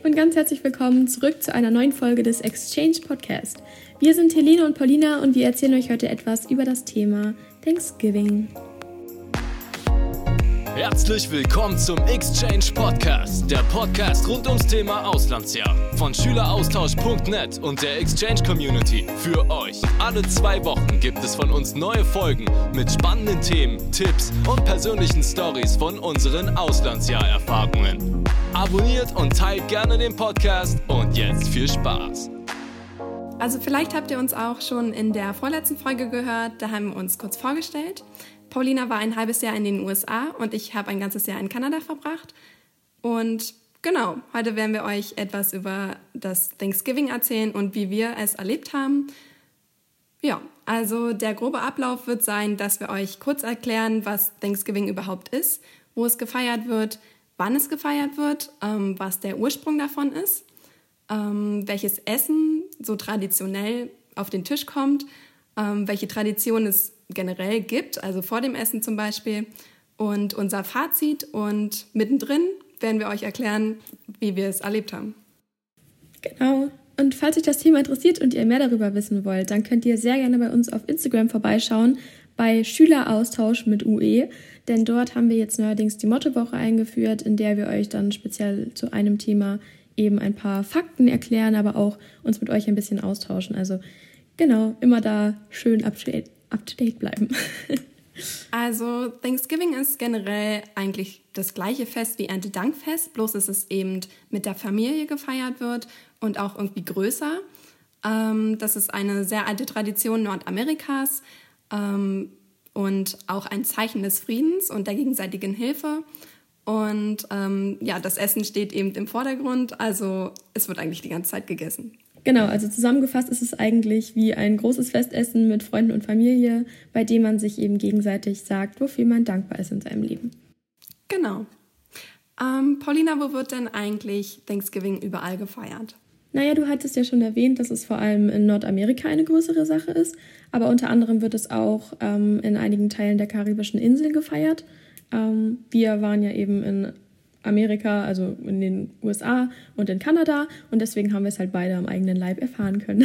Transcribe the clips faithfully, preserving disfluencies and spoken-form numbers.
und ganz herzlich willkommen zurück zu einer neuen Folge des Exchange Podcast. Wir sind Helene und Paulina und wir erzählen euch heute etwas über das Thema Thanksgiving. Herzlich willkommen zum Exchange Podcast, der Podcast rund ums Thema Auslandsjahr von schüleraustausch punkt net und der Exchange Community für euch. Alle zwei Wochen gibt es von uns neue Folgen mit spannenden Themen, Tipps und persönlichen Stories von unseren Auslandsjahrerfahrungen. Abonniert und teilt gerne den Podcast und jetzt viel Spaß. Also vielleicht habt ihr uns auch schon in der vorletzten Folge gehört, da haben wir uns kurz vorgestellt. Paulina war ein halbes Jahr in den U S A und ich habe ein ganzes Jahr in Kanada verbracht. Und genau, heute werden wir euch etwas über das Thanksgiving erzählen und wie wir es erlebt haben. Ja, also der grobe Ablauf wird sein, dass wir euch kurz erklären, was Thanksgiving überhaupt ist, wo es gefeiert wird, wann es gefeiert wird, ähm, was der Ursprung davon ist, ähm, welches Essen so traditionell auf den Tisch kommt, ähm, welche Tradition es generell gibt, also vor dem Essen zum Beispiel, und unser Fazit. Und mittendrin werden wir euch erklären, wie wir es erlebt haben. Genau. Und falls euch das Thema interessiert und ihr mehr darüber wissen wollt, dann könnt ihr sehr gerne bei uns auf Instagram vorbeischauen, bei Schüleraustausch mit U E, denn dort haben wir jetzt neuerdings die Mottowoche eingeführt, in der wir euch dann speziell zu einem Thema eben ein paar Fakten erklären, aber auch uns mit euch ein bisschen austauschen. Also genau, immer da schön up-to-date up-to-date bleiben. Also Thanksgiving ist generell eigentlich das gleiche Fest wie Erntedankfest, bloß dass es eben mit der Familie gefeiert wird und auch irgendwie größer. Ähm, das ist eine sehr alte Tradition Nordamerikas ähm, und auch ein Zeichen des Friedens und der gegenseitigen Hilfe. Und ähm, ja, das Essen steht eben im Vordergrund, also es wird eigentlich die ganze Zeit gegessen. Genau, also zusammengefasst ist es eigentlich wie ein großes Festessen mit Freunden und Familie, bei dem man sich eben gegenseitig sagt, wofür man dankbar ist in seinem Leben. Genau. Ähm, Paulina, wo wird denn eigentlich Thanksgiving überall gefeiert? Naja, du hattest ja schon erwähnt, dass es vor allem in Nordamerika eine größere Sache ist, aber unter anderem wird es auch ähm, in einigen Teilen der karibischen Insel gefeiert. Ähm, wir waren ja eben in Amerika, also in den U S A und in Kanada und deswegen haben wir es halt beide am eigenen Leib erfahren können.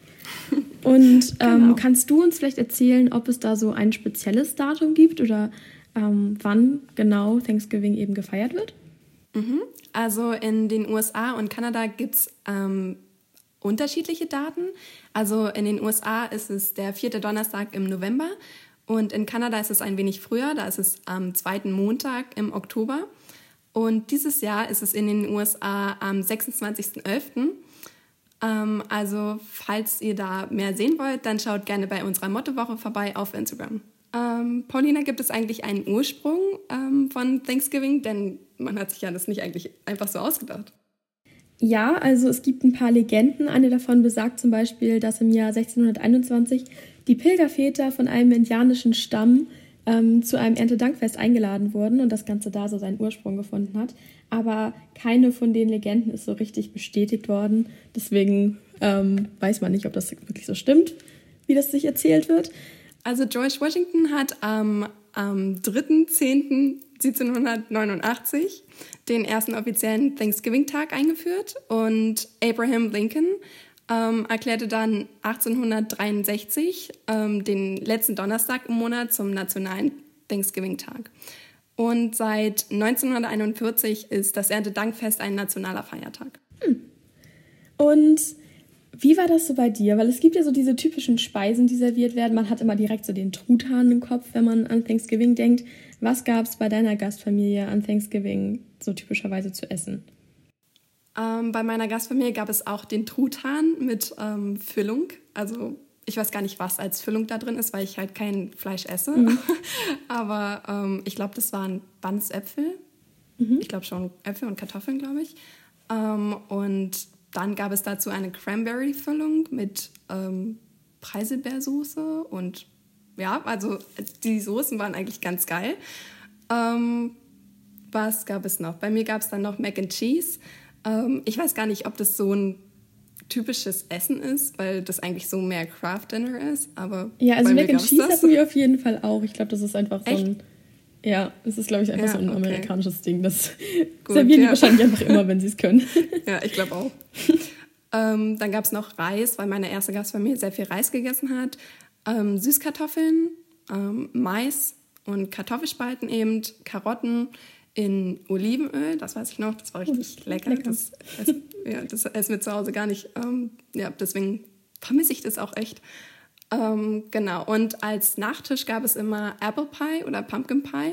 Und ähm, genau. Kannst du uns vielleicht erzählen, ob es da so ein spezielles Datum gibt oder ähm, wann genau Thanksgiving eben gefeiert wird? Mhm. Also in den U S A und Kanada gibt es ähm, unterschiedliche Daten. Also in den U S A ist es der vierte Donnerstag im November und in Kanada ist es ein wenig früher, da ist es am zweiten Montag im Oktober. Und dieses Jahr ist es in den U S A am sechsundzwanzigsten elften Ähm, also falls ihr da mehr sehen wollt, dann schaut gerne bei unserer Mottowoche vorbei auf Instagram. Ähm, Paulina, gibt es eigentlich einen Ursprung ähm, von Thanksgiving? Denn man hat sich ja das nicht eigentlich einfach so ausgedacht. Ja, also es gibt ein paar Legenden. Eine davon besagt zum Beispiel, dass im Jahr sechzehnhunderteinundzwanzig die Pilgerväter von einem indianischen Stamm ähm, zu einem Erntedankfest eingeladen wurden und das Ganze da so seinen Ursprung gefunden hat. Aber keine von den Legenden ist so richtig bestätigt worden. Deswegen ähm, weiß man nicht, ob das wirklich so stimmt, wie das sich erzählt wird. Also George Washington hat ähm, am dritter zehnter siebzehnhundertneunundachtzig den ersten offiziellen Thanksgiving-Tag eingeführt und Abraham Lincoln ähm, erklärte dann achtzehnhundertdreiundsechzig ähm, den letzten Donnerstag im Monat zum nationalen Thanksgiving-Tag. Und seit neunzehnhunderteinundvierzig ist das Erntedankfest ein nationaler Feiertag. Hm. Und wie war das so bei dir? Weil es gibt ja so diese typischen Speisen, die serviert werden. Man hat immer direkt so den Truthahn im Kopf, wenn man an Thanksgiving denkt. Was gab es bei deiner Gastfamilie an Thanksgiving so typischerweise zu essen? Ähm, bei meiner Gastfamilie gab es auch den Truthahn mit ähm, Füllung. Also ich weiß gar nicht, was als Füllung da drin ist, weil ich halt kein Fleisch esse. Mhm. Aber ähm, ich glaube, das waren Bandsäpfel. Mhm. Ich glaube schon Äpfel und Kartoffeln, glaube ich. Ähm, und dann gab es dazu eine Cranberry-Füllung mit ähm, Preiselbeersoße und ja, also die Soßen waren eigentlich ganz geil. Ähm, was gab es noch? Bei mir gab es dann noch Mac and Cheese. Ähm, ich weiß gar nicht, ob das so ein typisches Essen ist, weil das eigentlich so mehr Craft Dinner ist. Aber ja, also bei Mac mir and Cheese das. hatten wir auf jeden Fall auch. Ich glaube, das ist einfach so Echt? ein Ja, es ist, glaube ich, einfach ja, so ein okay. amerikanisches Ding. Das Gut, servieren die ja. wahrscheinlich einfach immer, wenn sie es können. Ja, ich glaube auch. ähm, dann gab es noch Reis, weil meine erste Gastfamilie sehr viel Reis gegessen hat. Ähm, Süßkartoffeln, ähm, Mais und Kartoffelspalten eben, Karotten in Olivenöl, das weiß ich noch, das war richtig oh, lecker. lecker. Das, das, ja, das essen wir zu Hause gar nicht. Ähm, ja, deswegen vermisse ich das auch echt. Ähm, genau, und als Nachtisch gab es immer Apple Pie oder Pumpkin Pie.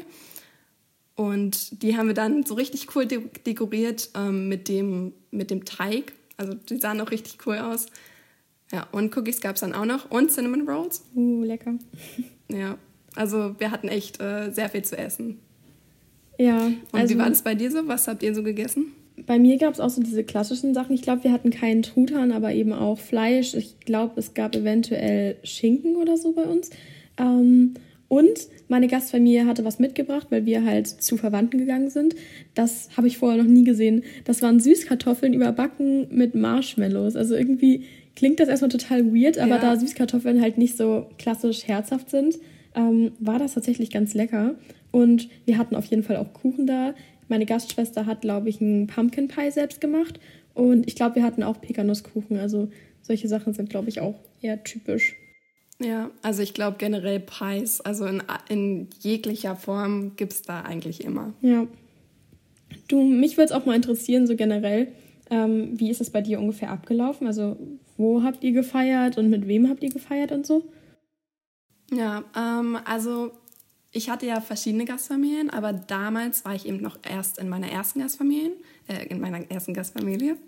Und die haben wir dann so richtig cool de- dekoriert ähm, mit, dem, mit dem Teig. Also die sahen auch richtig cool aus. Ja, und Cookies gab es dann auch noch und Cinnamon Rolls. Uh, lecker. Ja, also wir hatten echt äh, sehr viel zu essen. Ja. Und also, wie war das bei dir so? Was habt ihr so gegessen? Bei mir gab es auch so diese klassischen Sachen. Ich glaube, wir hatten keinen Truthahn, aber eben auch Fleisch. Ich glaube, es gab eventuell Schinken oder so bei uns. Ähm, und meine Gastfamilie hatte was mitgebracht, weil wir halt zu Verwandten gegangen sind. Das habe ich vorher noch nie gesehen. Das waren Süßkartoffeln überbacken mit Marshmallows. Also irgendwie klingt das erstmal total weird, aber ja. Da Süßkartoffeln halt nicht so klassisch herzhaft sind, ähm, war das tatsächlich ganz lecker. Und wir hatten auf jeden Fall auch Kuchen da. Meine Gastschwester hat, glaube ich, einen Pumpkin Pie selbst gemacht. Und ich glaube, wir hatten auch Pekanusskuchen. Also solche Sachen sind, glaube ich, auch eher typisch. Ja, also ich glaube generell Pies, also in, in jeglicher Form gibt es da eigentlich immer. Ja. Du, mich würde es auch mal interessieren, so generell, ähm, wie ist es bei dir ungefähr abgelaufen? Also wo habt ihr gefeiert und mit wem habt ihr gefeiert und so? Ja, ähm, also ich hatte ja verschiedene Gastfamilien, aber damals war ich eben noch erst in meiner ersten Gastfamilie, äh, in meiner ersten Gastfamilie.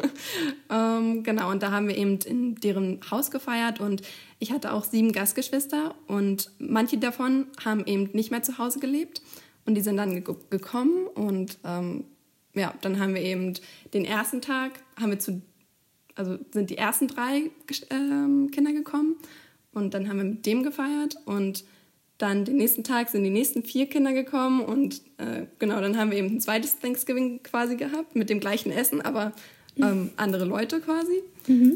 ähm, genau, und da haben wir eben in deren Haus gefeiert und ich hatte auch sieben Gastgeschwister und manche davon haben eben nicht mehr zu Hause gelebt und die sind dann ge- gekommen und ähm, ja, dann haben wir eben den ersten Tag, haben wir zu, also sind die ersten drei äh, Kinder gekommen und dann haben wir mit dem gefeiert und dann den nächsten Tag sind die nächsten vier Kinder gekommen und äh, genau, dann haben wir eben ein zweites Thanksgiving quasi gehabt mit dem gleichen Essen, aber ähm, andere Leute quasi. Mhm.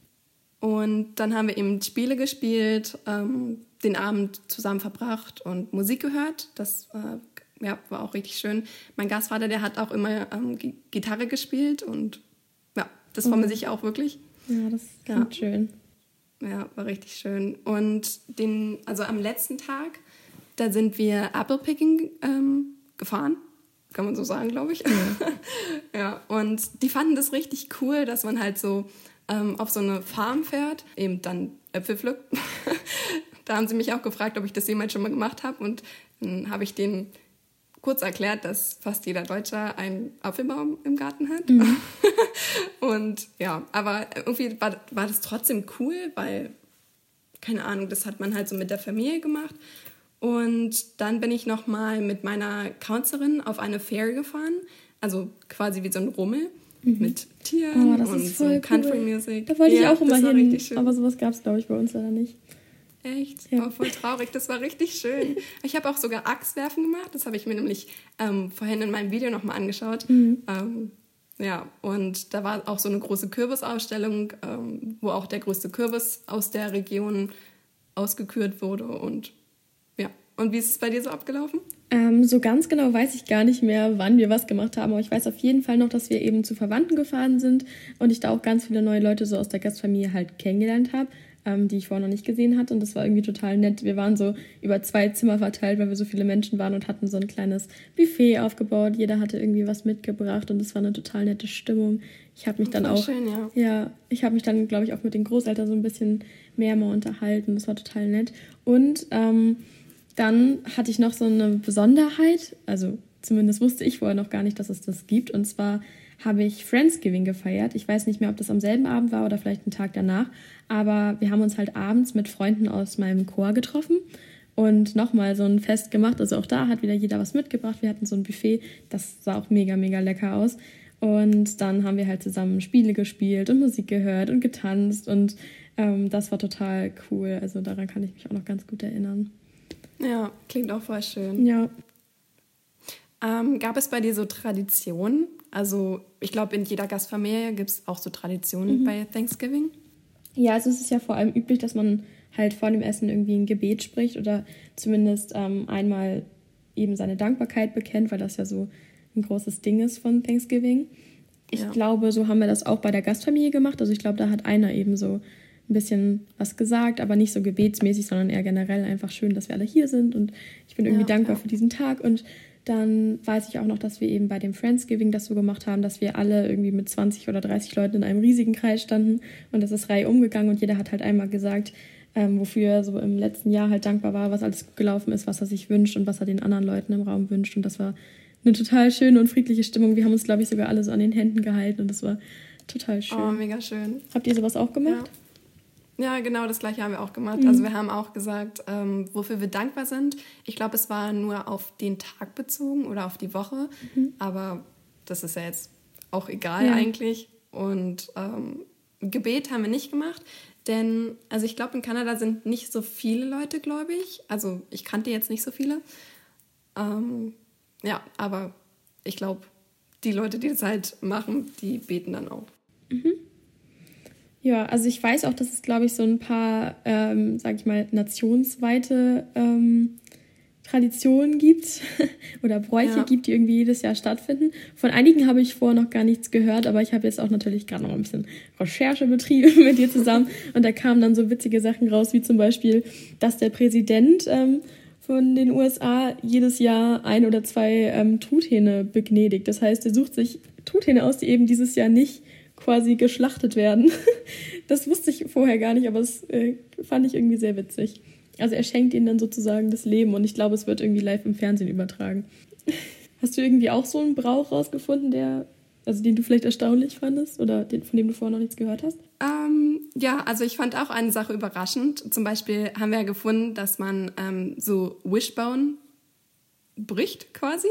Und dann haben wir eben Spiele gespielt, ähm, den Abend zusammen verbracht und Musik gehört. Das äh, ja, war auch richtig schön. Mein Gastvater, der hat auch immer ähm, G- Gitarre gespielt und ja, das vermisse ich auch wirklich. Ja, das klingt ja. schön. Ja, war richtig schön. Und den, also am letzten Tag, da sind wir Apple Picking ähm, gefahren. Kann man so sagen, glaube ich. Ja. Ja, und die fanden das richtig cool, dass man halt so ähm, auf so eine Farm fährt, eben dann Äpfel pflückt. Da haben sie mich auch gefragt, ob ich das jemals schon mal gemacht habe. Und dann habe ich denen kurz erklärt, dass fast jeder Deutscher einen Apfelbaum im Garten hat. Mhm. Und ja, aber irgendwie war, war das trotzdem cool, weil, keine Ahnung, das hat man halt so mit der Familie gemacht. Und dann bin ich nochmal mit meiner Counselor auf eine Fair gefahren, also quasi wie so ein Rummel mhm. mit Tieren oh, und so Country cool. Music. Da wollte ja, ich auch immer hin, aber sowas gab es, glaube ich, bei uns leider nicht. Echt? Ja. Oh, voll traurig, das war richtig schön. Ich habe auch sogar Axtwerfen gemacht, das habe ich mir nämlich ähm, vorhin in meinem Video nochmal angeschaut. Mhm. Ähm, ja, und da war auch so eine große Kürbisausstellung, ähm, wo auch der größte Kürbis aus der Region ausgekürt wurde. Und ja, und wie ist es bei dir so abgelaufen? Ähm, so ganz genau weiß ich gar nicht mehr, wann wir was gemacht haben, aber ich weiß auf jeden Fall noch, dass wir eben zu Verwandten gefahren sind und ich da auch ganz viele neue Leute so aus der Gastfamilie halt kennengelernt habe, ähm, die ich vorher noch nicht gesehen hatte und das war irgendwie total nett. Wir waren so über zwei Zimmer verteilt, weil wir so viele Menschen waren und hatten so ein kleines Buffet aufgebaut. Jeder hatte irgendwie was mitgebracht und es war eine total nette Stimmung. Ich habe mich dann auch, schön, ja. ja, ich habe mich dann, glaube ich, auch mit den Großeltern so ein bisschen mehr mal unterhalten. Das war total nett. Und ähm, dann hatte ich noch so eine Besonderheit, also zumindest wusste ich vorher noch gar nicht, dass es das gibt. Und zwar habe ich Friendsgiving gefeiert. Ich weiß nicht mehr, ob das am selben Abend war oder vielleicht einen Tag danach. Aber wir haben uns halt abends mit Freunden aus meinem Chor getroffen und nochmal so ein Fest gemacht. Also auch da hat wieder jeder was mitgebracht. Wir hatten so ein Buffet, das sah auch mega, mega lecker aus. Und dann haben wir halt zusammen Spiele gespielt und Musik gehört und getanzt. Und ähm, das war total cool. Also daran kann ich mich auch noch ganz gut erinnern. Ja, klingt auch voll schön. Ja. Ähm, gab es bei dir so Traditionen? Also ich glaube, in jeder Gastfamilie gibt es auch so Traditionen mhm. bei Thanksgiving. Ja, also es ist ja vor allem üblich, dass man halt vor dem Essen irgendwie ein Gebet spricht oder zumindest ähm, einmal eben seine Dankbarkeit bekennt, weil das ja so ein großes Ding ist von Thanksgiving. Ich ja. glaube, so haben wir das auch bei der Gastfamilie gemacht. Also ich glaube, da hat einer eben so ein bisschen was gesagt, aber nicht so gebetsmäßig, sondern eher generell einfach schön, dass wir alle hier sind und ich bin irgendwie ja, dankbar ja. für diesen Tag. Und dann weiß ich auch noch, dass wir eben bei dem Friendsgiving das so gemacht haben, dass wir alle irgendwie mit zwanzig oder dreißig Leuten in einem riesigen Kreis standen und das ist Reihe umgegangen und jeder hat halt einmal gesagt, ähm, wofür er so im letzten Jahr halt dankbar war, was alles gut gelaufen ist, was er sich wünscht und was er den anderen Leuten im Raum wünscht. Und das war eine total schöne und friedliche Stimmung. Wir haben uns, glaube ich, sogar alle so an den Händen gehalten und das war total schön. Oh, mega schön. Habt ihr sowas auch gemacht? Ja, ja, genau das Gleiche haben wir auch gemacht. Mhm. Also wir haben auch gesagt, ähm, wofür wir dankbar sind. Ich glaube, es war nur auf den Tag bezogen oder auf die Woche, mhm. aber das ist ja jetzt auch egal ja. eigentlich. Und ähm, Gebet haben wir nicht gemacht, denn also ich glaube, in Kanada sind nicht so viele Leute gläubig. Also ich kannte jetzt nicht so viele. Ähm, ja, aber ich glaube, die Leute, die das halt machen, die beten dann auch. Mhm. Ja, also ich weiß auch, dass es, glaube ich, so ein paar, ähm, sag ich mal, nationsweite ähm, Traditionen gibt oder Bräuche ja. gibt, die irgendwie jedes Jahr stattfinden. Von einigen habe ich vorher noch gar nichts gehört, aber ich habe jetzt auch natürlich gerade noch ein bisschen Recherche betrieben mit dir zusammen und da kamen dann so witzige Sachen raus, wie zum Beispiel, dass der Präsident ähm, von den U S A jedes Jahr ein oder zwei ähm, Truthähne begnädigt. Das heißt, er sucht sich Truthähne aus, die eben dieses Jahr nicht quasi geschlachtet werden. Das wusste ich vorher gar nicht, aber das äh, fand ich irgendwie sehr witzig. Also er schenkt ihnen dann sozusagen das Leben und ich glaube, es wird irgendwie live im Fernsehen übertragen. Hast du irgendwie auch so einen Brauch rausgefunden, der, also den du vielleicht erstaunlich fandest oder den, von dem du vorher noch nichts gehört hast? Ähm, ja, also ich fand auch eine Sache überraschend. Zum Beispiel haben wir ja gefunden, dass man ähm, so Wishbone bricht quasi.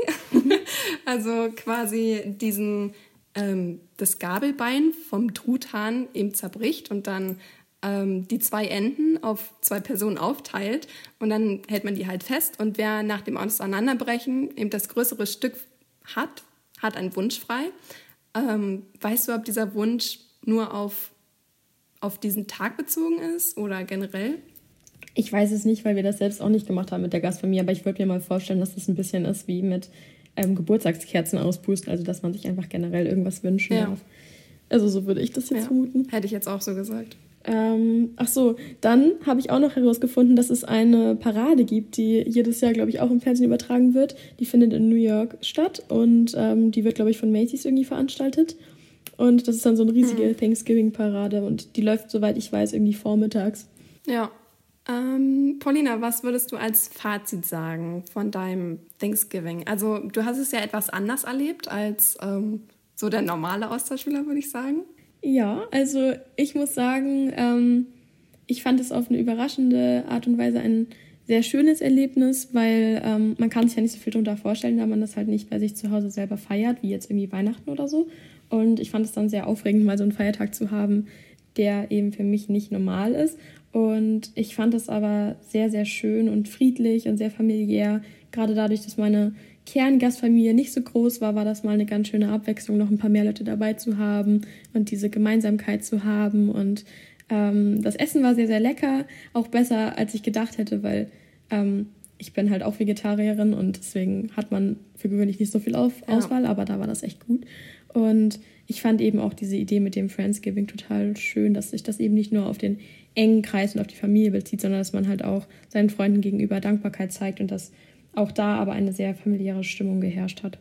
Also quasi diesen, ähm, das Gabelbein vom Truthahn eben zerbricht und dann ähm, die zwei Enden auf zwei Personen aufteilt und dann hält man die halt fest und wer nach dem Auseinanderbrechen eben das größere Stück hat, hat einen Wunsch frei. Ähm, weißt du, ob dieser Wunsch nur auf, auf diesen Tag bezogen ist oder generell? Ich weiß es nicht, weil wir das selbst auch nicht gemacht haben mit der Gastfamilie, aber ich würde mir mal vorstellen, dass das ein bisschen ist wie mit ähm, Geburtstagskerzen auspusten, also dass man sich einfach generell irgendwas wünschen ja. darf. Also so würde ich das jetzt ja. vermuten. Hätte ich jetzt auch so gesagt. Ähm, ach so, dann habe ich auch noch herausgefunden, dass es eine Parade gibt, die jedes Jahr, glaube ich, auch im Fernsehen übertragen wird. Die findet in New York statt und ähm, die wird, glaube ich, von Macy's irgendwie veranstaltet. Und das ist dann so eine riesige mhm. Thanksgiving-Parade und die läuft, soweit ich weiß, irgendwie vormittags. Ja. Ähm, Paulina, was würdest du als Fazit sagen von deinem Thanksgiving? Also du hast es ja etwas anders erlebt als ähm, so der normale Austauschschüler, würde ich sagen. Ja, also ich muss sagen, ähm, ich fand es auf eine überraschende Art und Weise ein sehr schönes Erlebnis, weil ähm, man kann sich ja nicht so viel darunter vorstellen, da man das halt nicht bei sich zu Hause selber feiert, wie jetzt irgendwie Weihnachten oder so. Und ich fand es dann sehr aufregend, mal so einen Feiertag zu haben, der eben für mich nicht normal ist. Und ich fand es aber sehr, sehr schön und friedlich und sehr familiär. Gerade dadurch, dass meine Kerngastfamilie nicht so groß war, war das mal eine ganz schöne Abwechslung, noch ein paar mehr Leute dabei zu haben und diese Gemeinsamkeit zu haben. Und ähm, das Essen war sehr, sehr lecker, auch besser, als ich gedacht hätte, weil ähm, ich bin halt auch Vegetarierin und deswegen hat man für gewöhnlich nicht so viel Auf- ja. Auswahl, aber da war das echt gut. Und ich fand eben auch diese Idee mit dem Friendsgiving total schön, dass sich das eben nicht nur auf den engen Kreis und auf die Familie bezieht, sondern dass man halt auch seinen Freunden gegenüber Dankbarkeit zeigt und dass auch da aber eine sehr familiäre Stimmung geherrscht hat.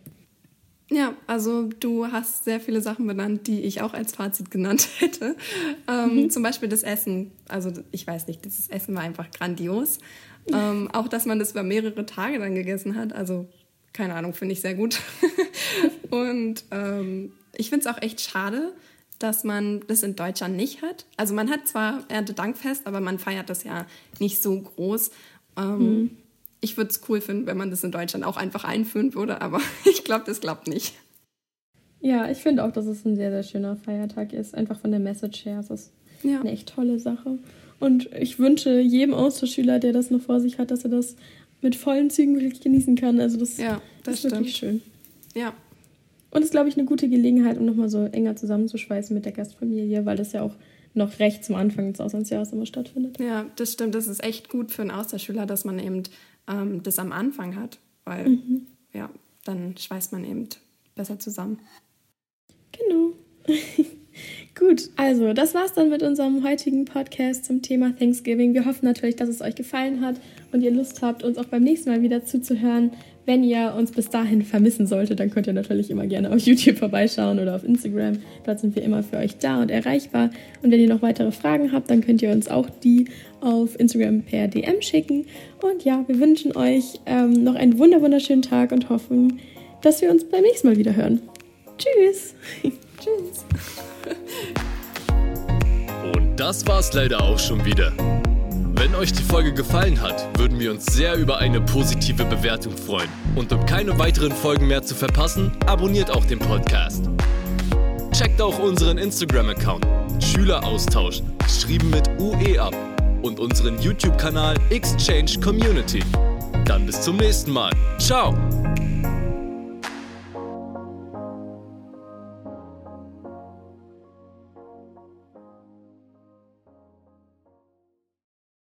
Ja, also du hast sehr viele Sachen benannt, die ich auch als Fazit genannt hätte. Ähm, mhm. Zum Beispiel das Essen. Also ich weiß nicht, das Essen war einfach grandios. Ähm, auch, dass man das über mehrere Tage dann gegessen hat. Also keine Ahnung, finde ich sehr gut. Und ähm, ich finde es auch echt schade, dass man das in Deutschland nicht hat. Also man hat zwar Erntedankfest, aber man feiert das ja nicht so groß. Ähm, mhm. Ich würde es cool finden, wenn man das in Deutschland auch einfach einführen würde, aber ich glaube, das klappt nicht. Ja, ich finde auch, dass es ein sehr, sehr schöner Feiertag ist. Einfach von der Message her. Es ist ja. eine echt tolle Sache. Und ich wünsche jedem Austauschschüler, der das noch vor sich hat, dass er das mit vollen Zügen wirklich genießen kann. Also das, ja, das ist wirklich schön. Ja. Und es ist, glaube ich, eine gute Gelegenheit, um nochmal so enger zusammenzuschweißen mit der Gastfamilie, weil das ja auch noch recht zum Anfang des Auslandsjahres immer stattfindet. Ja, das stimmt. Das ist echt gut für einen Austauschschüler, dass man eben ähm, das am Anfang hat. weil mhm. ja, dann schweißt man eben besser zusammen. Genau. Gut, also das war's dann mit unserem heutigen Podcast zum Thema Thanksgiving. Wir hoffen natürlich, dass es euch gefallen hat und ihr Lust habt, uns auch beim nächsten Mal wieder zuzuhören. Wenn ihr uns bis dahin vermissen solltet, dann könnt ihr natürlich immer gerne auf YouTube vorbeischauen oder auf Instagram. Dort sind wir immer für euch da und erreichbar. Und wenn ihr noch weitere Fragen habt, dann könnt ihr uns auch die auf Instagram per D M schicken. Und ja, wir wünschen euch ähm, noch einen wunderschönen Tag und hoffen, dass wir uns beim nächsten Mal wieder hören. Tschüss! Tschüss! Und das war's leider auch schon wieder. Wenn euch die Folge gefallen hat, würden wir uns sehr über eine positive Bewertung freuen. Und um keine weiteren Folgen mehr zu verpassen, abonniert auch den Podcast. Checkt auch unseren Instagram-Account Schüleraustausch, geschrieben mit U E ab, und unseren YouTube-Kanal Exchange Community. Dann bis zum nächsten Mal. Ciao!